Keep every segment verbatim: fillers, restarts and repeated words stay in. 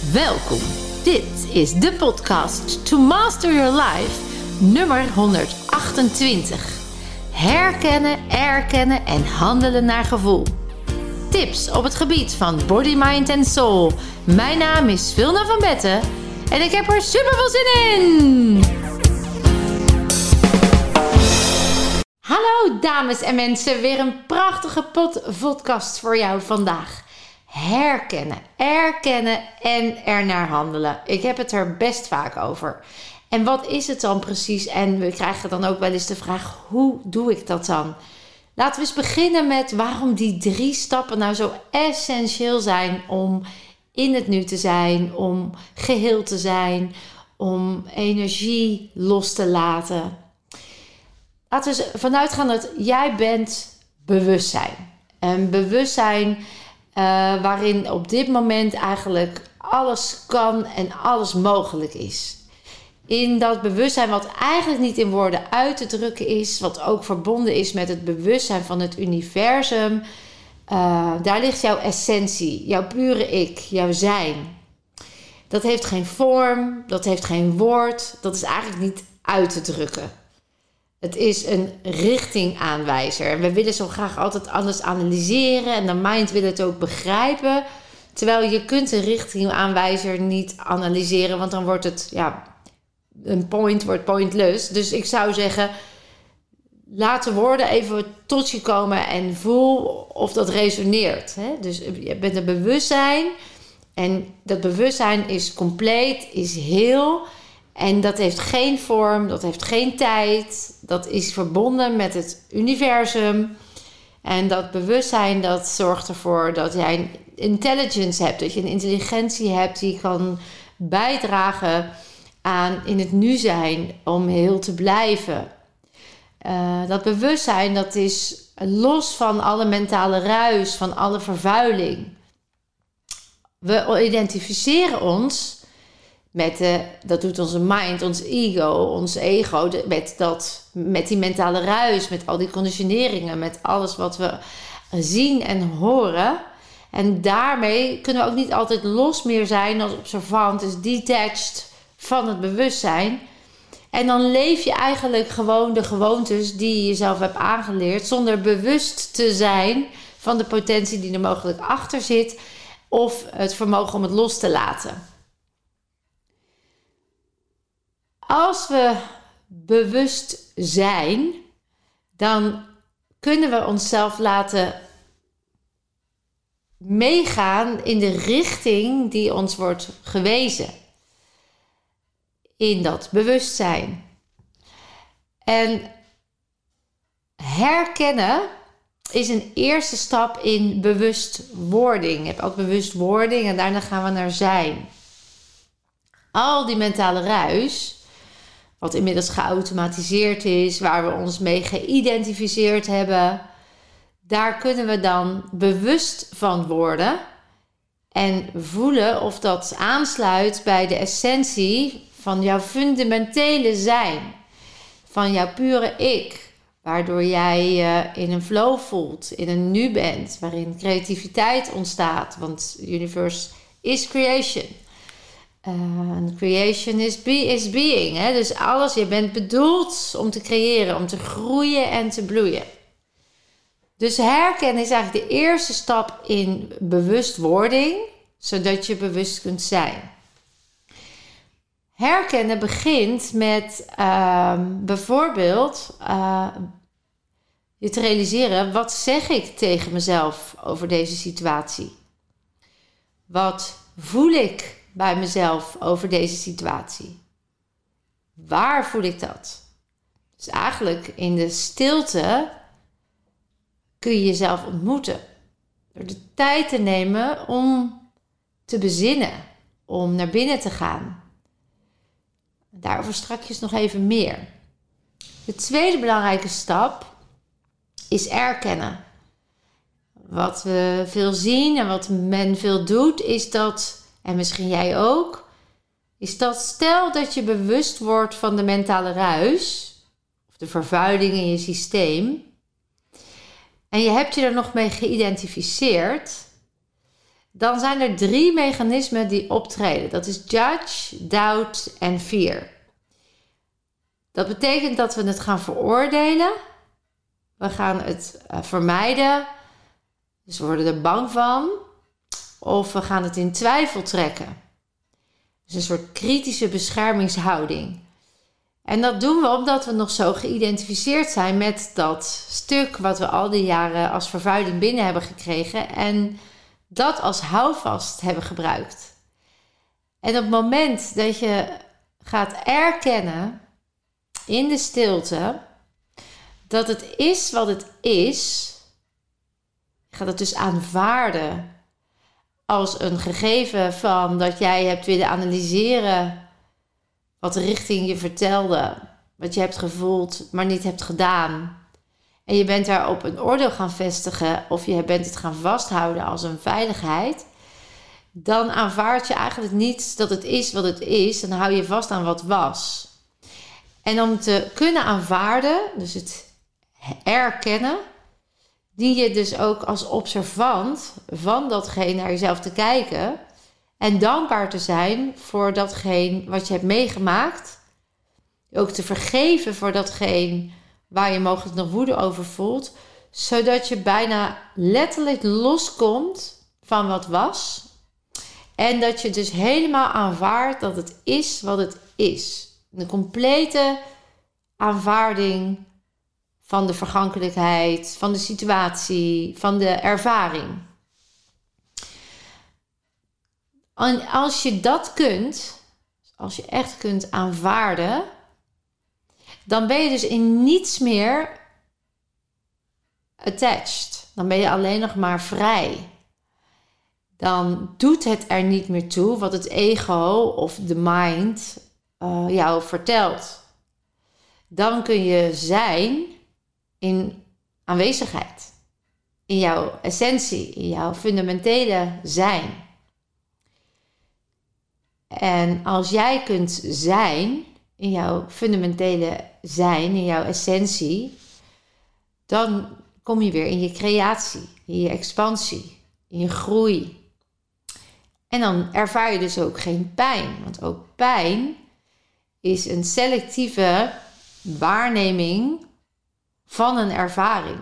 Welkom. Dit is de podcast To Master Your Life, nummer honderdachtentwintig. Herkennen, erkennen en handelen naar gevoel. Tips op het gebied van body, mind en soul. Mijn naam is Vilna van Betten en ik heb er super veel zin in. Hallo dames en mensen, weer een prachtige podcast voor jou vandaag. Herkennen, erkennen en ernaar handelen. Ik heb het er best vaak over. En wat is het dan precies? En we krijgen dan ook wel eens de vraag, hoe doe ik dat dan? Laten we eens beginnen met waarom die drie stappen nou zo essentieel zijn om in het nu te zijn, om geheel te zijn, om energie los te laten. Laten we eens vanuit gaan dat jij bent bewustzijn. En bewustzijn uh, waarin op dit moment eigenlijk alles kan en alles mogelijk is. In dat bewustzijn wat eigenlijk niet in woorden uit te drukken is, wat ook verbonden is met het bewustzijn van het universum. Uh, daar ligt jouw essentie, jouw pure ik, jouw zijn. Dat heeft geen vorm, dat heeft geen woord, dat is eigenlijk niet uit te drukken. Het is een richtingaanwijzer. En we willen zo graag altijd alles analyseren en de mind wil het ook begrijpen. Terwijl je kunt een richtingaanwijzer niet analyseren, want dan wordt het, ja, een point wordt pointless. Dus ik zou zeggen, laat de woorden even tot je komen en voel of dat resoneert. Hè? Dus je bent een bewustzijn en dat bewustzijn is compleet, is heel. En dat heeft geen vorm, dat heeft geen tijd. Dat is verbonden met het universum. En dat bewustzijn, dat zorgt ervoor dat jij een intelligence hebt. Dat je een intelligentie hebt die kan bijdragen aan in het nu zijn om heel te blijven. Uh, dat bewustzijn, dat is los van alle mentale ruis, van alle vervuiling. We identificeren ons met de, dat doet onze mind, ons ego, ons ego, de, met, dat, met die mentale ruis, met al die conditioneringen, met alles wat we zien en horen. En daarmee kunnen we ook niet altijd los meer zijn als observant, dus detached van het bewustzijn. En dan leef je eigenlijk gewoon de gewoontes die je jezelf hebt aangeleerd, zonder bewust te zijn van de potentie die er mogelijk achter zit, of het vermogen om het los te laten. Als we bewust zijn, dan kunnen we onszelf laten meegaan in de richting die ons wordt gewezen. In dat bewustzijn. En herkennen is een eerste stap in bewustwording. Je hebt ook bewustwording en daarna gaan we naar zijn. Al die mentale ruis, wat inmiddels geautomatiseerd is, waar we ons mee geïdentificeerd hebben, daar kunnen we dan bewust van worden en voelen of dat aansluit bij de essentie van jouw fundamentele zijn, van jouw pure ik, waardoor jij je in een flow voelt, in een nu bent, waarin creativiteit ontstaat, want universe is creation. Uh, creation is, be, is being. Hè? Dus alles, je bent bedoeld om te creëren, om te groeien en te bloeien. Dus herkennen is eigenlijk de eerste stap in bewustwording, zodat je bewust kunt zijn. Herkennen begint met uh, bijvoorbeeld uh, je te realiseren, wat zeg ik tegen mezelf over deze situatie? Wat voel ik bij mezelf over deze situatie? Waar voel ik dat? Dus eigenlijk in de stilte kun je jezelf ontmoeten. Door de tijd te nemen om te bezinnen, om naar binnen te gaan. Daarover strakjes nog even meer. De tweede belangrijke stap is erkennen. Wat we veel zien en wat men veel doet, is dat, en misschien jij ook, is dat stel dat je bewust wordt van de mentale ruis, of de vervuiling in je systeem, en je hebt je er nog mee geïdentificeerd, dan zijn er drie mechanismen die optreden. Dat is judge, doubt en fear. Dat betekent dat we het gaan veroordelen. We gaan het uh, vermijden. Dus we worden er bang van. Of we gaan het in twijfel trekken. Dus een soort kritische beschermingshouding. En dat doen we omdat we nog zo geïdentificeerd zijn met dat stuk wat we al die jaren als vervuiling binnen hebben gekregen. En dat als houvast hebben gebruikt. En op het moment dat je gaat erkennen in de stilte dat het is wat het is, je gaat het dus aanvaarden als een gegeven van dat jij hebt willen analyseren wat de richting je vertelde, wat je hebt gevoeld, maar niet hebt gedaan. En je bent daarop een oordeel gaan vestigen of je bent het gaan vasthouden als een veiligheid. Dan aanvaard je eigenlijk niet dat het is wat het is. Dan hou je vast aan wat was. En om te kunnen aanvaarden, dus het erkennen, die je dus ook als observant van datgene naar jezelf te kijken en dankbaar te zijn voor datgene wat je hebt meegemaakt. Ook te vergeven voor datgene waar je mogelijk nog woede over voelt, zodat je bijna letterlijk loskomt van wat was. En dat je dus helemaal aanvaardt dat het is wat het is. Een complete aanvaarding van de vergankelijkheid, van de situatie, van de ervaring. En als je dat kunt, als je echt kunt aanvaarden, dan ben je dus in niets meer attached. Dan ben je alleen nog maar vrij. Dan doet het er niet meer toe wat het ego of de mind uh, jou vertelt. Dan kun je zijn in aanwezigheid. In jouw essentie, in jouw fundamentele zijn. En als jij kunt zijn in jouw fundamentele zijn, in jouw essentie, dan kom je weer in je creatie, in je expansie, in je groei. En dan ervaar je dus ook geen pijn. Want ook pijn is een selectieve waarneming van een ervaring.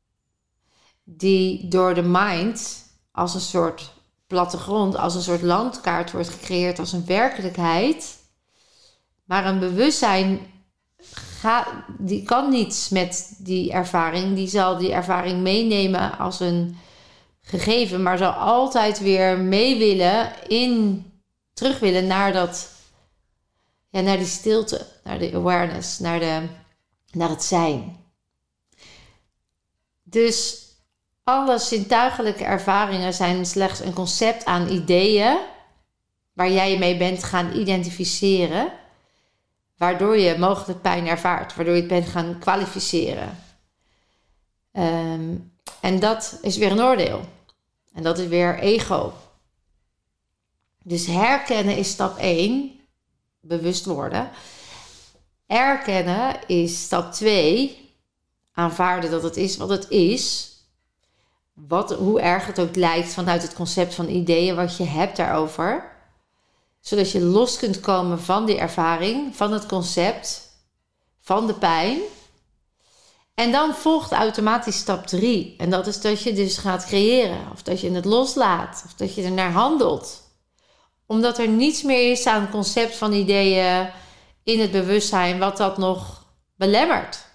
Die door de mind als een soort plattegrond, als een soort landkaart wordt gecreëerd als een werkelijkheid. Maar een bewustzijn gaat, die kan niets met die ervaring. Die zal die ervaring meenemen als een gegeven, maar zal altijd weer mee willen, in, terug willen naar dat, ja, naar die stilte, naar de awareness, naar, de, naar het zijn. Dus alle zintuigelijke ervaringen zijn slechts een concept aan ideeën waar jij je mee bent gaan identificeren, waardoor je mogelijk pijn ervaart, waardoor je het bent gaan kwalificeren. Um, en dat is weer een oordeel. En dat is weer ego. Dus herkennen is stap één, bewust worden. Erkennen is stap twee, aanvaarden dat het is wat het is. Wat, hoe erg het ook lijkt vanuit het concept van ideeën wat je hebt daarover. Zodat je los kunt komen van die ervaring, van het concept, van de pijn. En dan volgt automatisch stap drie. En dat is dat je dus gaat creëren. Of dat je het loslaat. Of dat je er naar handelt. Omdat er niets meer is aan het concept van ideeën in het bewustzijn wat dat nog belemmert.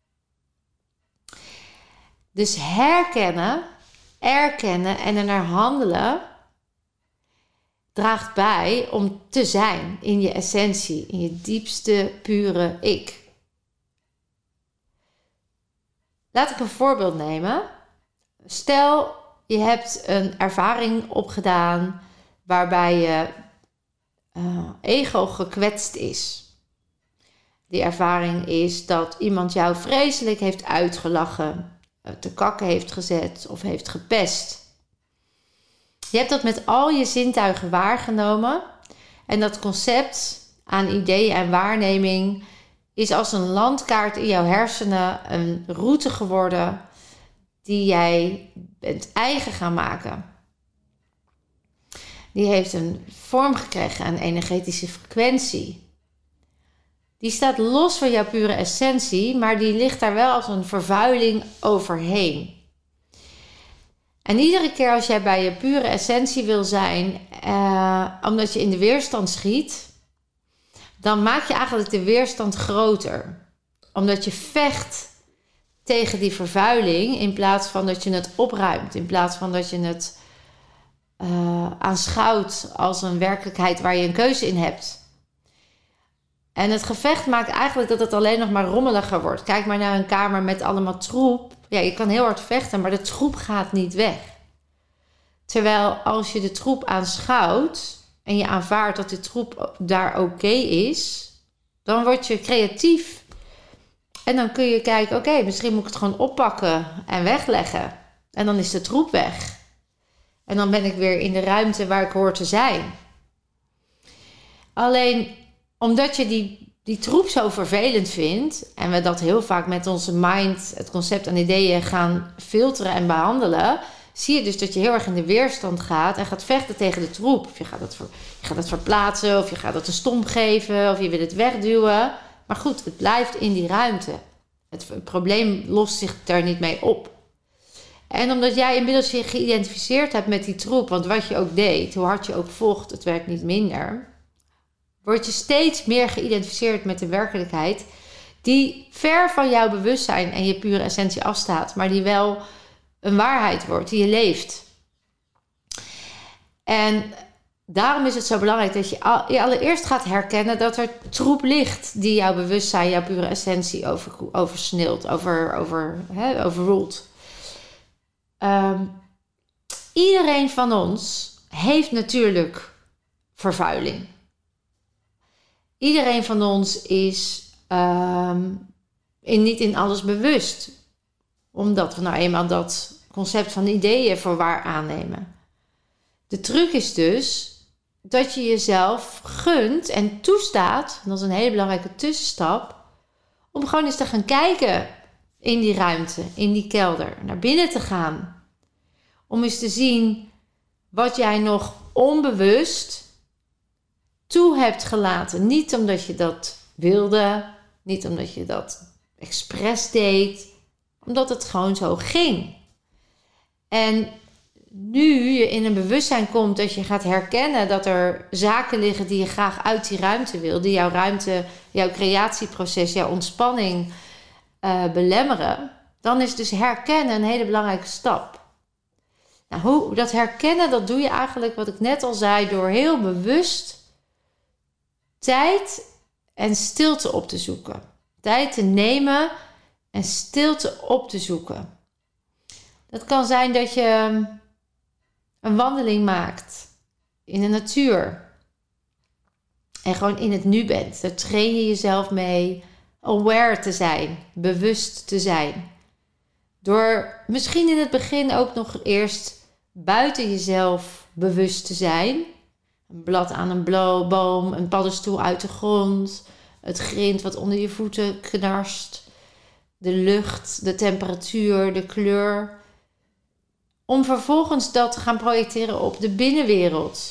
Dus herkennen, erkennen en er naar handelen draagt bij om te zijn in je essentie, in je diepste, pure ik. Laat ik een voorbeeld nemen. Stel, je hebt een ervaring opgedaan waarbij je uh, ego gekwetst is. Die ervaring is dat iemand jou vreselijk heeft uitgelachen, te kakken heeft gezet of heeft gepest. Je hebt dat met al je zintuigen waargenomen en dat concept aan ideeën en waarneming is als een landkaart in jouw hersenen een route geworden die jij bent eigen gaan maken. die heeft een vorm gekregen, een energetische frequentie. Die staat los van jouw pure essentie, maar die ligt daar wel als een vervuiling overheen. En iedere keer als jij bij je pure essentie wil zijn, eh, omdat je in de weerstand schiet, dan maak je eigenlijk de weerstand groter. Omdat je vecht tegen die vervuiling in plaats van dat je het opruimt. In plaats van dat je het uh, aanschouwt als een werkelijkheid waar je een keuze in hebt. En het gevecht maakt eigenlijk dat het alleen nog maar rommeliger wordt. Kijk maar naar een kamer met allemaal troep. Ja, je kan heel hard vechten, maar de troep gaat niet weg. Terwijl als je de troep aanschouwt en je aanvaardt dat de troep daar oké is, dan word je creatief. En dan kun je kijken, oké, okay, misschien moet ik het gewoon oppakken en wegleggen. En dan is de troep weg. En dan ben ik weer in de ruimte waar ik hoor te zijn. Alleen omdat je die, die troep zo vervelend vindt, en we dat heel vaak met onze mind, het concept en ideeën gaan filteren en behandelen, zie je dus dat je heel erg in de weerstand gaat en gaat vechten tegen de troep. Of je gaat het, ver, je gaat het verplaatsen, of je gaat het een stomp geven, of je wil het wegduwen. Maar goed, het blijft in die ruimte. Het, het probleem lost zich daar niet mee op. En omdat jij inmiddels je geïdentificeerd hebt met die troep, want wat je ook deed, hoe hard je ook vocht, het werkt niet minder, word je steeds meer geïdentificeerd met de werkelijkheid die ver van jouw bewustzijn en je pure essentie afstaat, maar die wel een waarheid wordt, die je leeft. En daarom is het zo belangrijk dat je allereerst gaat herkennen dat er troep ligt die jouw bewustzijn, jouw pure essentie over, oversneelt, over, over, hè, overroelt. Um, iedereen van ons heeft natuurlijk vervuiling. Iedereen van ons is um, in, niet in alles bewust. Omdat we nou eenmaal dat concept van ideeën voor waar aannemen. De truc is dus dat je jezelf gunt en toestaat, en dat is een hele belangrijke tussenstap, om gewoon eens te gaan kijken in die ruimte, in die kelder, naar binnen te gaan. Om eens te zien wat jij nog onbewust toe hebt gelaten. Niet omdat je dat wilde, niet omdat je dat expres deed, omdat het gewoon zo ging. En nu je in een bewustzijn komt dat je gaat herkennen dat er zaken liggen die je graag uit die ruimte wil, die jouw ruimte, jouw creatieproces, jouw ontspanning uh, belemmeren, dan is dus herkennen een hele belangrijke stap. Nou, hoe dat herkennen, dat doe je eigenlijk, wat ik net al zei, door heel bewust tijd en stilte op te zoeken. Tijd te nemen en stilte op te zoeken. Dat kan zijn dat je een wandeling maakt in de natuur en gewoon in het nu bent. Daar train je jezelf mee aware te zijn, bewust te zijn. Door misschien in het begin ook nog eerst buiten jezelf bewust te zijn. Een blad aan een boom, een paddenstoel uit de grond, het grind wat onder je voeten knarst, de lucht, de temperatuur, de kleur. Om vervolgens dat te gaan projecteren op de binnenwereld.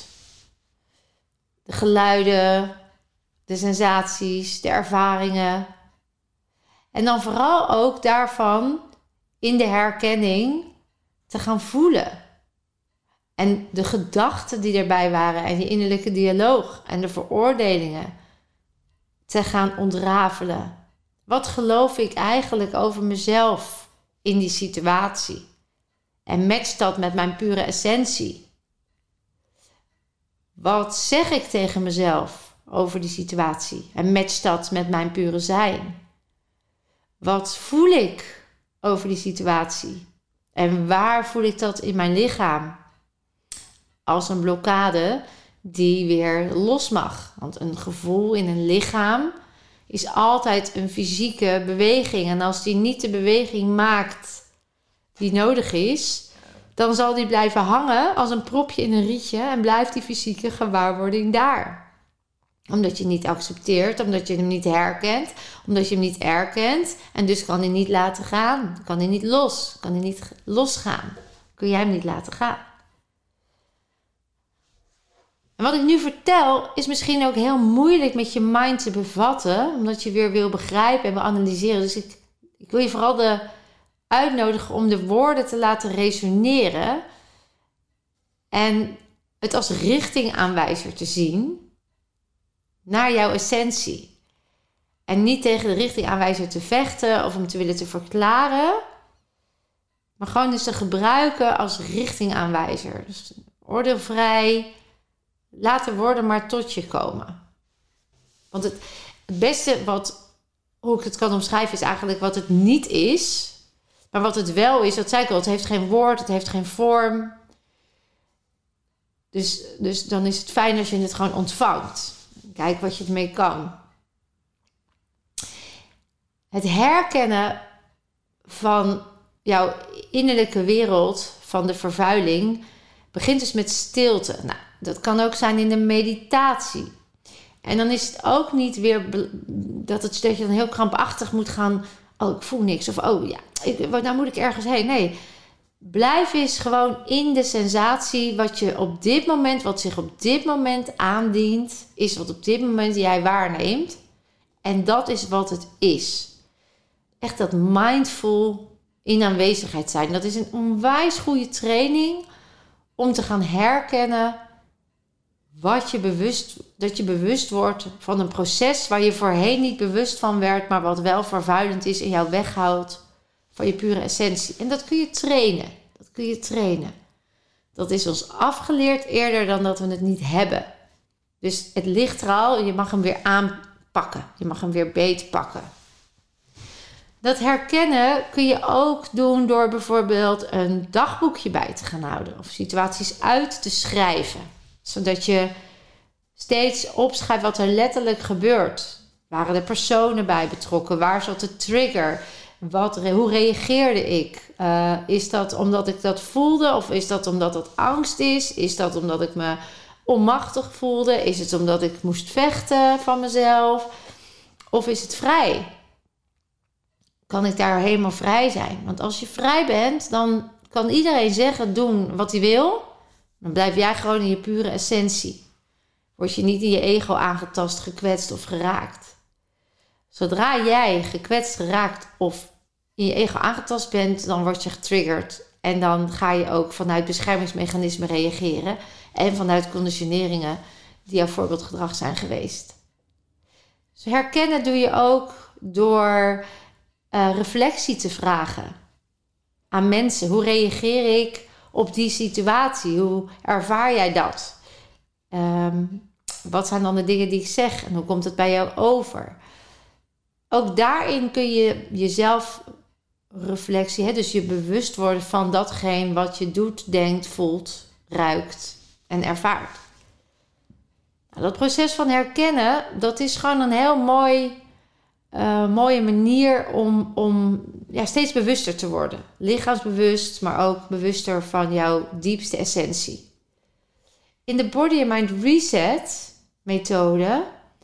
De geluiden, de sensaties, de ervaringen. En dan vooral ook daarvan in de herkenning te gaan voelen. En de gedachten die erbij waren en je innerlijke dialoog en de veroordelingen te gaan ontrafelen. Wat geloof ik eigenlijk over mezelf in die situatie? En matcht dat met mijn pure essentie? Wat zeg ik tegen mezelf over die situatie? En matcht dat met mijn pure zijn? Wat voel ik over die situatie? En waar voel ik dat in mijn lichaam? Als een blokkade die weer los mag. Want een gevoel in een lichaam is altijd een fysieke beweging. En als die niet de beweging maakt die nodig is, dan zal die blijven hangen als een propje in een rietje en blijft die fysieke gewaarwording daar. Omdat je het niet accepteert, omdat je hem niet herkent, omdat je hem niet erkent. En dus kan hij niet laten gaan, kan hij niet los, kan hij niet losgaan. Kun jij hem niet laten gaan. En wat ik nu vertel is misschien ook heel moeilijk met je mind te bevatten. Omdat je weer wil begrijpen en wil analyseren. Dus ik, ik wil je vooral de uitnodigen om de woorden te laten resoneren. En het als richtingaanwijzer te zien naar jouw essentie. En niet tegen de richtingaanwijzer te vechten of hem te willen te verklaren. Maar gewoon dus te gebruiken als richtingaanwijzer. Dus oordeelvrij. Laat de woorden maar tot je komen. Want het, het beste wat, hoe ik het kan omschrijven, is eigenlijk wat het niet is. Maar wat het wel is, dat zei ik al, het heeft geen woord, het heeft geen vorm. Dus, dus dan is het fijn als je het gewoon ontvangt. Kijk wat je ermee kan. Het herkennen van jouw innerlijke wereld, van de vervuiling, begint dus met stilte. Nou, dat kan ook zijn in de meditatie. En dan is het ook niet weer dat, het, dat je dan heel krampachtig moet gaan. Oh, ik voel niks. Of oh ja, ik, nou moet ik ergens heen. Nee, blijf eens gewoon in de sensatie wat je op dit moment, wat zich op dit moment aandient, is wat op dit moment jij waarneemt. En dat is wat het is. Echt dat mindful in aanwezigheid zijn. Dat is een onwijs goede training om te gaan herkennen wat je bewust, dat je bewust wordt van een proces waar je voorheen niet bewust van werd, maar wat wel vervuilend is en jou weghoudt van je pure essentie. En dat kun je trainen. Dat kun je trainen. Dat is ons afgeleerd eerder dan dat we het niet hebben. Dus het ligt er al, je mag hem weer aanpakken. Je mag hem weer beetpakken. Dat herkennen kun je ook doen door bijvoorbeeld een dagboekje bij te gaan houden. Of situaties uit te schrijven. Zodat je steeds opschrijft wat er letterlijk gebeurt. Waren er personen bij betrokken? Waar zat de trigger? Wat, hoe reageerde ik? Uh, is dat omdat ik dat voelde? Of is dat omdat dat angst is? Is dat omdat ik me onmachtig voelde? Is het omdat ik moest vechten van mezelf? Of is het vrij? Kan ik daar helemaal vrij zijn? Want als je vrij bent, dan kan iedereen zeggen, doen wat hij wil. Dan blijf jij gewoon in je pure essentie. Word je niet in je ego aangetast, gekwetst of geraakt. Zodra jij gekwetst, geraakt of in je ego aangetast bent, dan word je getriggerd. En dan ga je ook vanuit beschermingsmechanismen reageren. En vanuit conditioneringen die jouw voorbeeldgedrag zijn geweest. Dus herkennen doe je ook door uh, reflectie te vragen aan mensen. Hoe reageer ik op die situatie? Hoe ervaar jij dat? Um, wat zijn dan de dingen die ik zeg? En hoe komt het bij jou over? Ook daarin kun je jezelf reflectie, hè, dus je bewust worden van datgene wat je doet, denkt, voelt, ruikt en ervaart. Nou, dat proces van herkennen, dat is gewoon een heel mooi, uh, mooie manier om, om ja, steeds bewuster te worden. Lichaamsbewust, maar ook bewuster van jouw diepste essentie. In de Body and Mind Reset methode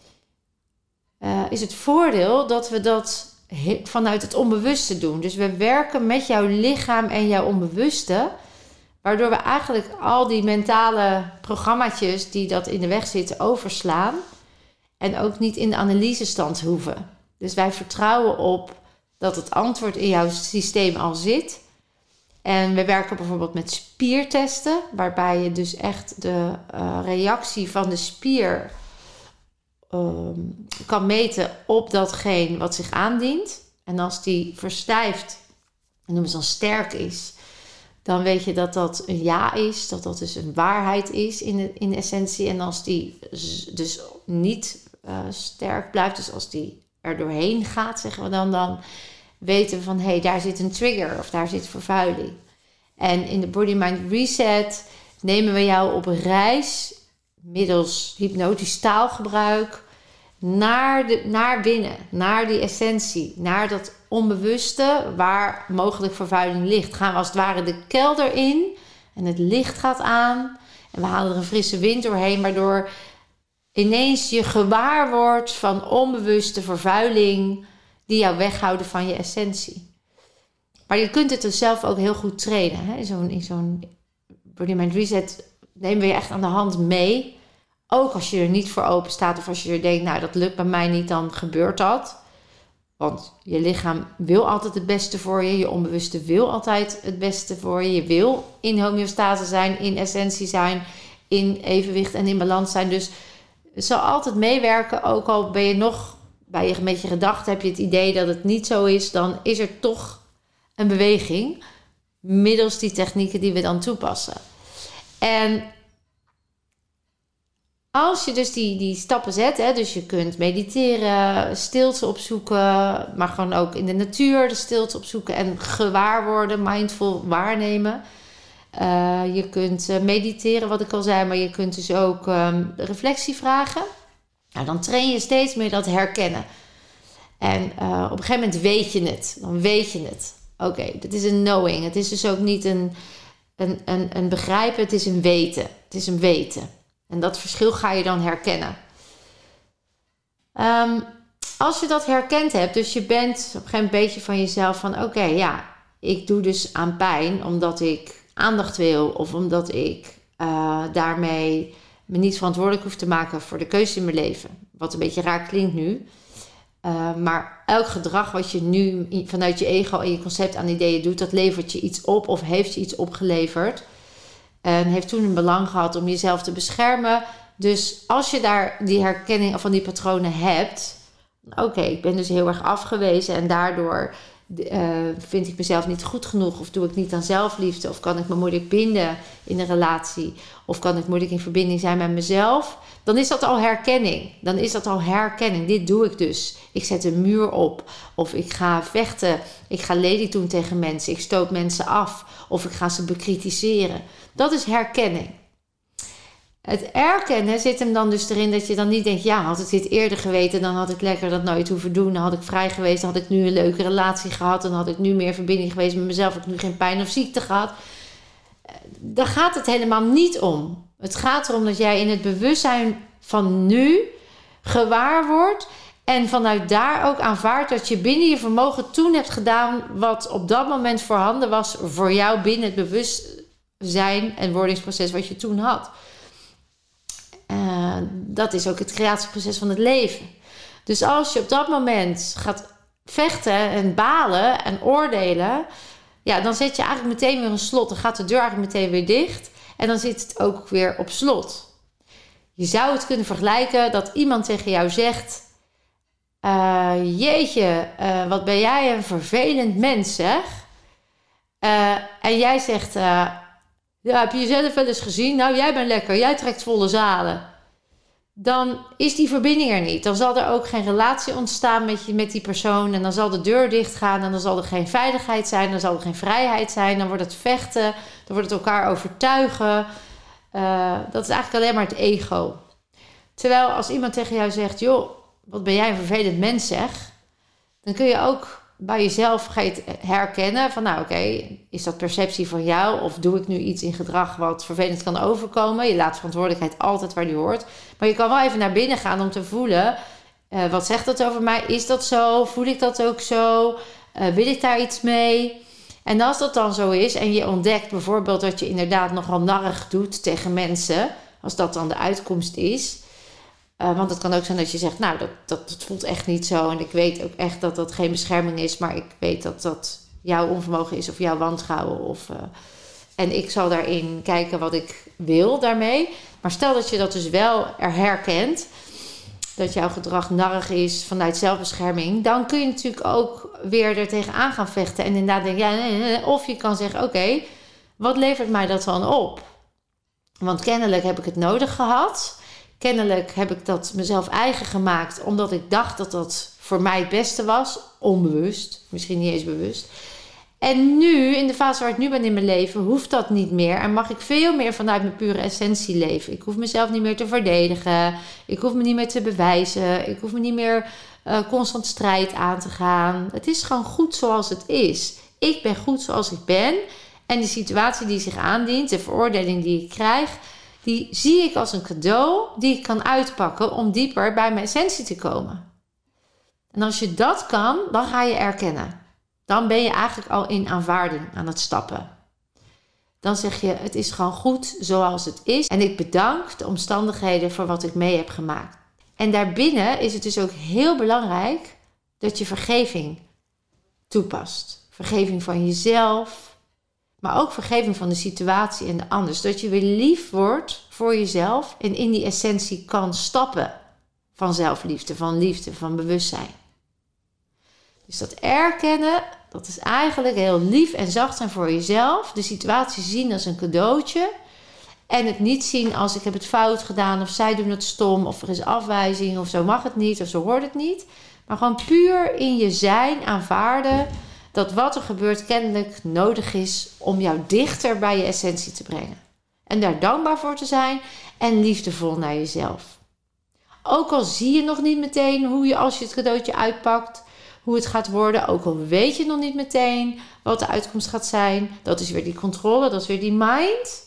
uh, is het voordeel dat we dat vanuit het onbewuste doen. Dus we werken met jouw lichaam en jouw onbewuste, waardoor we eigenlijk al die mentale programmaatjes die dat in de weg zitten overslaan en ook niet in de analysestand hoeven. Dus wij vertrouwen op dat het antwoord in jouw systeem al zit. En we werken bijvoorbeeld met spiertesten, waarbij je dus echt de uh, reactie van de spier um, kan meten op datgene wat zich aandient. En als die verstijft, en noemen ze dan sterk is, dan weet je dat dat een ja is, dat dat dus een waarheid is in de, in de essentie. En als die dus niet uh, sterk blijft, dus als die er doorheen gaat, zeggen we dan, dan weten we van, hé, hey, daar zit een trigger of daar zit vervuiling. En in de Body Mind Reset nemen we jou op reis middels hypnotisch taalgebruik naar, de, naar binnen, naar die essentie, naar dat onbewuste waar mogelijk vervuiling ligt. Gaan we als het ware de kelder in en het licht gaat aan en we halen er een frisse wind doorheen, waardoor ineens je gewaar wordt van onbewuste vervuiling die jou weghouden van je essentie. Maar je kunt het dus zelf ook heel goed trainen. Hè? In zo'n, in zo'n Body Mind Reset nemen we je echt aan de hand mee Ook als je er niet voor open staat of als je er denkt, nou dat lukt bij mij niet, dan gebeurt dat. Want je lichaam wil altijd het beste voor je. Je onbewuste wil altijd het beste voor je. Je wil in homeostase zijn, in essentie zijn, in evenwicht en in balans zijn. Dus het zal altijd meewerken. Ook al ben je nog bij je, met je gedachten, heb je het idee dat het niet zo is. Dan is er toch een beweging middels die technieken die we dan toepassen. En als je dus die, die stappen zet, hè, dus je kunt mediteren, stilte opzoeken, maar gewoon ook in de natuur de stilte opzoeken en gewaar worden, mindful waarnemen. Uh, je kunt uh, mediteren, wat ik al zei, maar je kunt dus ook um, reflectie vragen. Nou, dan train je steeds meer dat herkennen. En uh, op een gegeven moment weet je het. Dan weet je het. Oké, okay, dat is een knowing. Het is dus ook niet een, een, een, een begrijpen, het is een weten. Het is een weten. En dat verschil ga je dan herkennen. Um, als je dat herkend hebt, dus je bent op een gegeven moment een beetje van jezelf van oké, okay, ja, ik doe dus aan pijn omdat ik aandacht wil of omdat ik uh, daarmee me niet verantwoordelijk hoef te maken voor de keuze in mijn leven. Wat een beetje raar klinkt nu. Uh, maar elk gedrag wat je nu vanuit je ego en je concept aan ideeën doet, dat levert je iets op of heeft je iets opgeleverd. En heeft toen een belang gehad om jezelf te beschermen. Dus als je daar die herkenning van die patronen hebt, oké, okay, ik ben dus heel erg afgewezen en daardoor uh, vind ik mezelf niet goed genoeg of doe ik niet aan zelfliefde of kan ik me moeilijk binden in een relatie of kan ik moeilijk in verbinding zijn met mezelf, dan is dat al herkenning. Dan is dat al herkenning. Dit doe ik dus. Ik zet een muur op of ik ga vechten. Ik ga lelijk doen tegen mensen. Ik stoot mensen af of ik ga ze bekritiseren. Dat is herkenning. Het erkennen zit hem dan dus erin dat je dan niet denkt, ja, had ik dit eerder geweten, dan had ik lekker dat nooit hoeven doen. Dan had ik vrij geweest, dan had ik nu een leuke relatie gehad. Dan had ik nu meer verbinding geweest met mezelf. Had ik nu geen pijn of ziekte gehad. Daar gaat het helemaal niet om. Het gaat erom dat jij in het bewustzijn van nu gewaar wordt. En vanuit daar ook aanvaardt dat je binnen je vermogen toen hebt gedaan wat op dat moment voorhanden was voor jou binnen het bewustzijn en wordingsproces wat je toen had. Uh, dat is ook het creatieproces van het leven. Dus als je op dat moment gaat vechten en balen en oordelen, ja, dan zet je eigenlijk meteen weer een slot. Dan gaat de deur eigenlijk meteen weer dicht en dan zit het ook weer op slot. Je zou het kunnen vergelijken dat iemand tegen jou zegt, Uh, jeetje, uh, wat ben jij een vervelend mens, zeg. Uh, en jij zegt, uh, ja, heb je jezelf wel eens gezien? Nou, jij bent lekker, jij trekt volle zalen. Dan is die verbinding er niet. Dan zal er ook geen relatie ontstaan met, je, met die persoon. En dan zal de deur dicht gaan en dan zal er geen veiligheid zijn. Dan zal er geen vrijheid zijn. Dan wordt het vechten. Dan wordt het elkaar overtuigen. Uh, dat is eigenlijk alleen maar het ego. Terwijl als iemand tegen jou zegt, joh, wat ben jij een vervelend mens, zeg. Dan kun je ook bij jezelf ga je het herkennen. Van nou oké, okay, is dat perceptie van jou? Of doe ik nu iets in gedrag wat vervelend kan overkomen? Je laat verantwoordelijkheid altijd waar die hoort. Maar je kan wel even naar binnen gaan om te voelen. Uh, wat zegt dat over mij? Is dat zo? Voel ik dat ook zo? Uh, wil ik daar iets mee? En als dat dan zo is en je ontdekt bijvoorbeeld dat je inderdaad nogal narrig doet tegen mensen. Als dat dan de uitkomst is. Uh, want het kan ook zijn dat je zegt, nou, dat, dat, dat voelt echt niet zo. En ik weet ook echt dat dat geen bescherming is. Maar ik weet dat dat jouw onvermogen is of jouw wantrouwen. Of, uh, en ik zal daarin kijken wat ik wil daarmee. Maar stel dat je dat dus wel er herkent. Dat jouw gedrag narrig is vanuit zelfbescherming. Dan kun je natuurlijk ook weer er tegenaan gaan vechten. En inderdaad denken, ja, nee, nee. Of je kan zeggen, oké, okay, wat levert mij dat dan op? Want kennelijk heb ik het nodig gehad. Kennelijk heb ik dat mezelf eigen gemaakt, omdat ik dacht dat dat voor mij het beste was. Onbewust, misschien niet eens bewust. En nu, in de fase waar ik nu ben in mijn leven, hoeft dat niet meer. En mag ik veel meer vanuit mijn pure essentie leven. Ik hoef mezelf niet meer te verdedigen. Ik hoef me niet meer te bewijzen. Ik hoef me niet meer uh, constant strijd aan te gaan. Het is gewoon goed zoals het is. Ik ben goed zoals ik ben. En de situatie die zich aandient, de veroordeling die ik krijg, die zie ik als een cadeau die ik kan uitpakken om dieper bij mijn essentie te komen. En als je dat kan, dan ga je erkennen. Dan ben je eigenlijk al in aanvaarding aan het stappen. Dan zeg je, het is gewoon goed zoals het is. En ik bedank de omstandigheden voor wat ik mee heb gemaakt. En daarbinnen is het dus ook heel belangrijk dat je vergeving toepast. Vergeving van jezelf, maar ook vergeving van de situatie en de ander. Zodat je weer lief wordt voor jezelf en in die essentie kan stappen van zelfliefde, van liefde, van bewustzijn. Dus dat erkennen, dat is eigenlijk heel lief en zacht zijn voor jezelf. De situatie zien als een cadeautje. En het niet zien als ik heb het fout gedaan of zij doen het stom of er is afwijzing of zo mag het niet of zo hoort het niet. Maar gewoon puur in je zijn aanvaarden dat wat er gebeurt kennelijk nodig is om jou dichter bij je essentie te brengen. En daar dankbaar voor te zijn en liefdevol naar jezelf. Ook al zie je nog niet meteen hoe je als je het cadeautje uitpakt, hoe het gaat worden. Ook al weet je nog niet meteen wat de uitkomst gaat zijn. Dat is weer die controle, dat is weer die mind.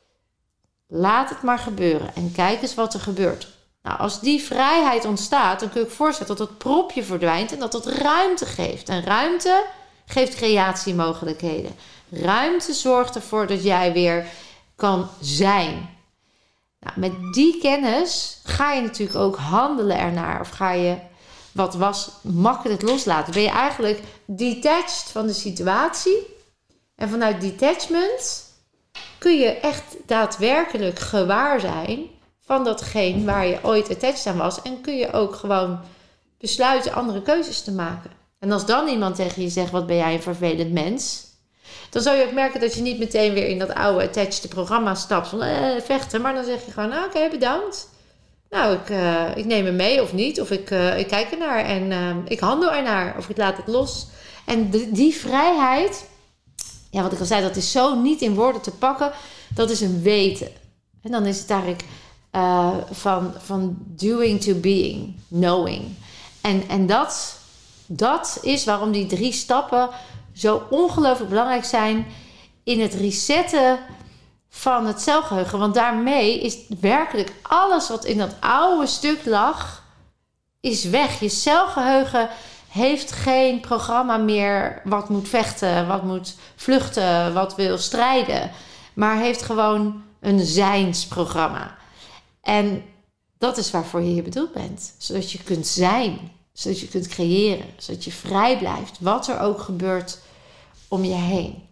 Laat het maar gebeuren en kijk eens wat er gebeurt. Nou, als die vrijheid ontstaat, dan kun je je voorstellen dat dat propje verdwijnt en dat dat ruimte geeft. En ruimte geeft creatiemogelijkheden. Ruimte zorgt ervoor dat jij weer kan zijn. Nou, met die kennis ga je natuurlijk ook handelen ernaar. Of ga je wat was makkelijk loslaten. Ben je eigenlijk detached van de situatie. En vanuit detachment kun je echt daadwerkelijk gewaar zijn van datgene waar je ooit attached aan was. En kun je ook gewoon besluiten andere keuzes te maken. En als dan iemand tegen je zegt, wat ben jij een vervelend mens? Dan zou je ook merken dat je niet meteen weer in dat oude attached programma stapt van eh, vechten. Maar dan zeg je gewoon, nou, oké, okay, bedankt. Nou, ik, uh, ik neem hem mee of niet. Of ik, uh, ik kijk ernaar en uh, ik handel ernaar. Of ik laat het los. En de, die vrijheid, ja, wat ik al zei, dat is zo niet in woorden te pakken. Dat is een weten. En dan is het eigenlijk uh, van, van doing to being, knowing. En, en dat, dat is waarom die drie stappen zo ongelooflijk belangrijk zijn in het resetten van het celgeheugen. Want daarmee is werkelijk alles wat in dat oude stuk lag, is weg. Je celgeheugen heeft geen programma meer wat moet vechten, wat moet vluchten, wat wil strijden. Maar heeft gewoon een zijnsprogramma. En dat is waarvoor je hier bedoeld bent. Zodat je kunt zijn. Zodat je kunt creëren. Zodat je vrij blijft. Wat er ook gebeurt om je heen.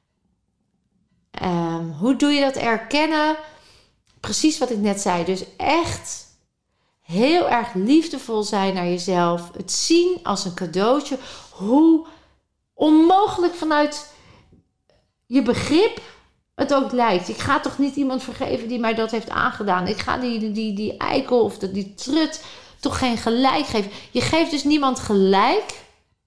Um, hoe doe je dat erkennen? Precies wat ik net zei. Dus echt heel erg liefdevol zijn naar jezelf. Het zien als een cadeautje. Hoe onmogelijk vanuit je begrip het ook lijkt. Ik ga toch niet iemand vergeven die mij dat heeft aangedaan. Ik ga die, die, die eikel of die, die trut toch geen gelijk geven. Je geeft dus niemand gelijk.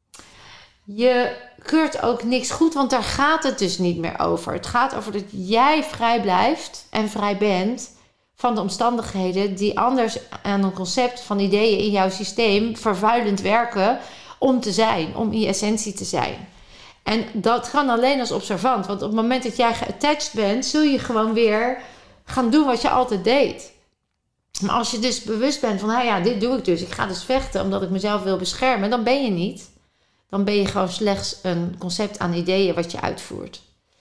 Je keurt ook niks goed, want daar gaat het dus niet meer over. Het gaat over dat jij vrij blijft en vrij bent van de omstandigheden die anders aan een concept van ideeën in jouw systeem vervuilend werken om te zijn, om in je essentie te zijn. En dat kan alleen als observant, want op het moment dat jij geattached bent, zul je gewoon weer gaan doen wat je altijd deed. Maar als je dus bewust bent van, nou ja, dit doe ik dus, ik ga dus vechten omdat ik mezelf wil beschermen, dan ben je niet. Dan ben je gewoon slechts een concept aan ideeën wat je uitvoert.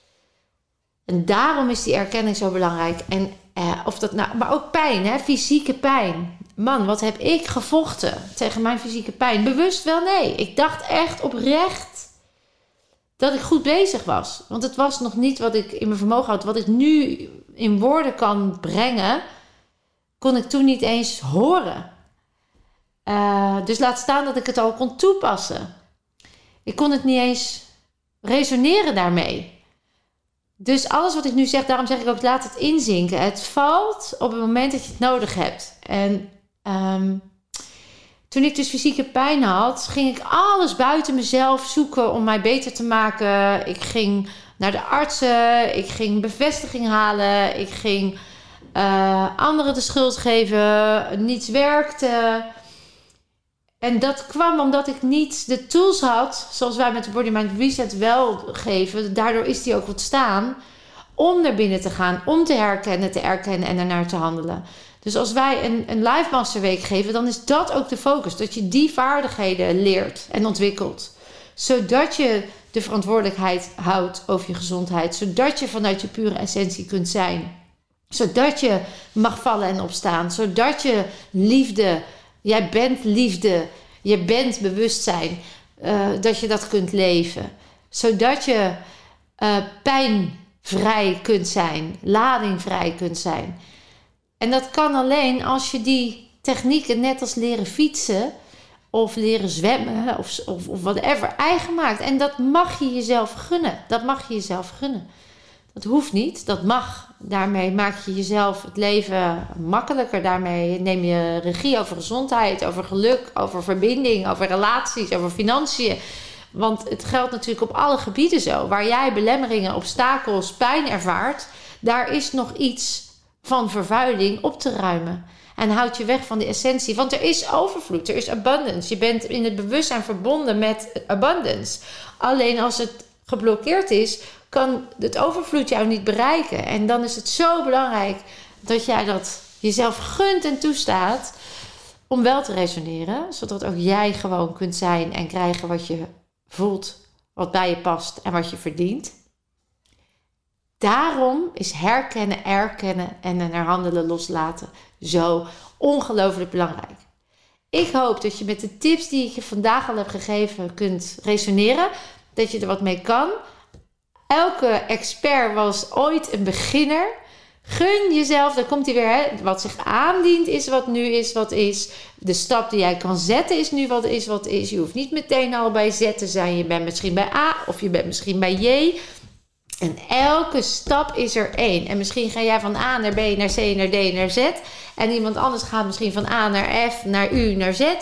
En daarom is die erkenning zo belangrijk. En eh, of dat nou, maar ook pijn, hè? Fysieke pijn. Man, wat heb ik gevochten tegen mijn fysieke pijn? Bewust wel, nee. Ik dacht echt oprecht dat ik goed bezig was. Want het was nog niet wat ik in mijn vermogen had. Wat ik nu in woorden kan brengen, kon ik toen niet eens horen. Uh, dus laat staan dat ik het al kon toepassen. Ik kon het niet eens resoneren daarmee. Dus alles wat ik nu zeg, daarom zeg ik ook, laat het inzinken. Het valt op het moment dat je het nodig hebt. En um, toen ik dus fysieke pijn had, ging ik alles buiten mezelf zoeken om mij beter te maken. Ik ging naar de artsen, ik ging bevestiging halen, ik ging uh, anderen de schuld geven, niets werkte. En dat kwam omdat ik niet de tools had, zoals wij met de Body Mind Reset wel geven. Daardoor is die ook ontstaan om naar binnen te gaan, om te herkennen, te erkennen en ernaar te handelen. Dus als wij een, een Life Master Week geven, dan is dat ook de focus. Dat je die vaardigheden leert en ontwikkelt. Zodat je de verantwoordelijkheid houdt over je gezondheid. Zodat je vanuit je pure essentie kunt zijn. Zodat je mag vallen en opstaan. Zodat je liefde, jij bent liefde, je bent bewustzijn. Uh, dat je dat kunt leven. Zodat je uh, pijnvrij kunt zijn. Ladingvrij kunt zijn. En dat kan alleen als je die technieken, net als leren fietsen of leren zwemmen of, of, of whatever, eigen maakt. En dat mag je jezelf gunnen. Dat mag je jezelf gunnen. Dat hoeft niet, dat mag. Daarmee maak je jezelf het leven makkelijker. Daarmee neem je regie over gezondheid, over geluk, over verbinding, over relaties, over financiën. Want het geldt natuurlijk op alle gebieden zo. Waar jij belemmeringen, obstakels, pijn ervaart, daar is nog iets van vervuiling op te ruimen. En houd je weg van de essentie. Want er is overvloed, er is abundance. Je bent in het bewustzijn verbonden met abundance. Alleen als het geblokkeerd is, kan het overvloed jou niet bereiken. En dan is het zo belangrijk dat jij dat jezelf gunt en toestaat om wel te resoneren. Zodat ook jij gewoon kunt zijn en krijgen wat je voelt, wat bij je past en wat je verdient. Daarom is herkennen, erkennen en naar handelen loslaten zo ongelooflijk belangrijk. Ik hoop dat je met de tips die ik je vandaag al heb gegeven kunt resoneren. Dat je er wat mee kan. Elke expert was ooit een beginner. Gun jezelf, daar komt hij weer. Hè? Wat zich aandient is wat nu is wat is. De stap die jij kan zetten is nu wat is wat is. Je hoeft niet meteen al bij Z te zijn. Je bent misschien bij A of je bent misschien bij J. En elke stap is er één. En misschien ga jij van A naar B, naar C, naar D, naar Z. En iemand anders gaat misschien van A naar F, naar U, naar Z.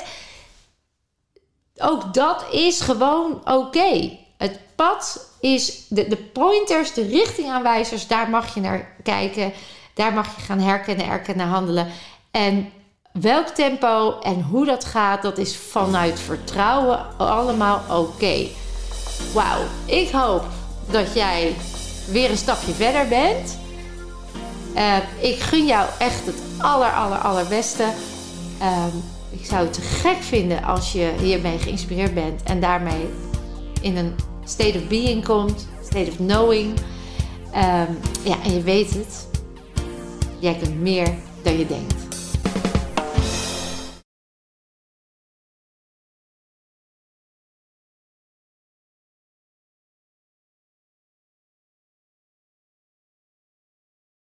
Ook dat is gewoon oké. Okay. Het pad is de, de pointers, de richtingaanwijzers. Daar mag je naar kijken. Daar mag je gaan herkennen, erkennen, handelen. En welk tempo en hoe dat gaat, dat is vanuit vertrouwen allemaal oké. Okay. Wauw, ik hoop dat jij weer een stapje verder bent. Uh, ik gun jou echt het aller, aller, allerbeste. Uh, ik zou het te gek vinden als je hiermee geïnspireerd bent en daarmee in een state of being komt, state of knowing. Uh, ja, en je weet het. Jij kunt meer dan je denkt.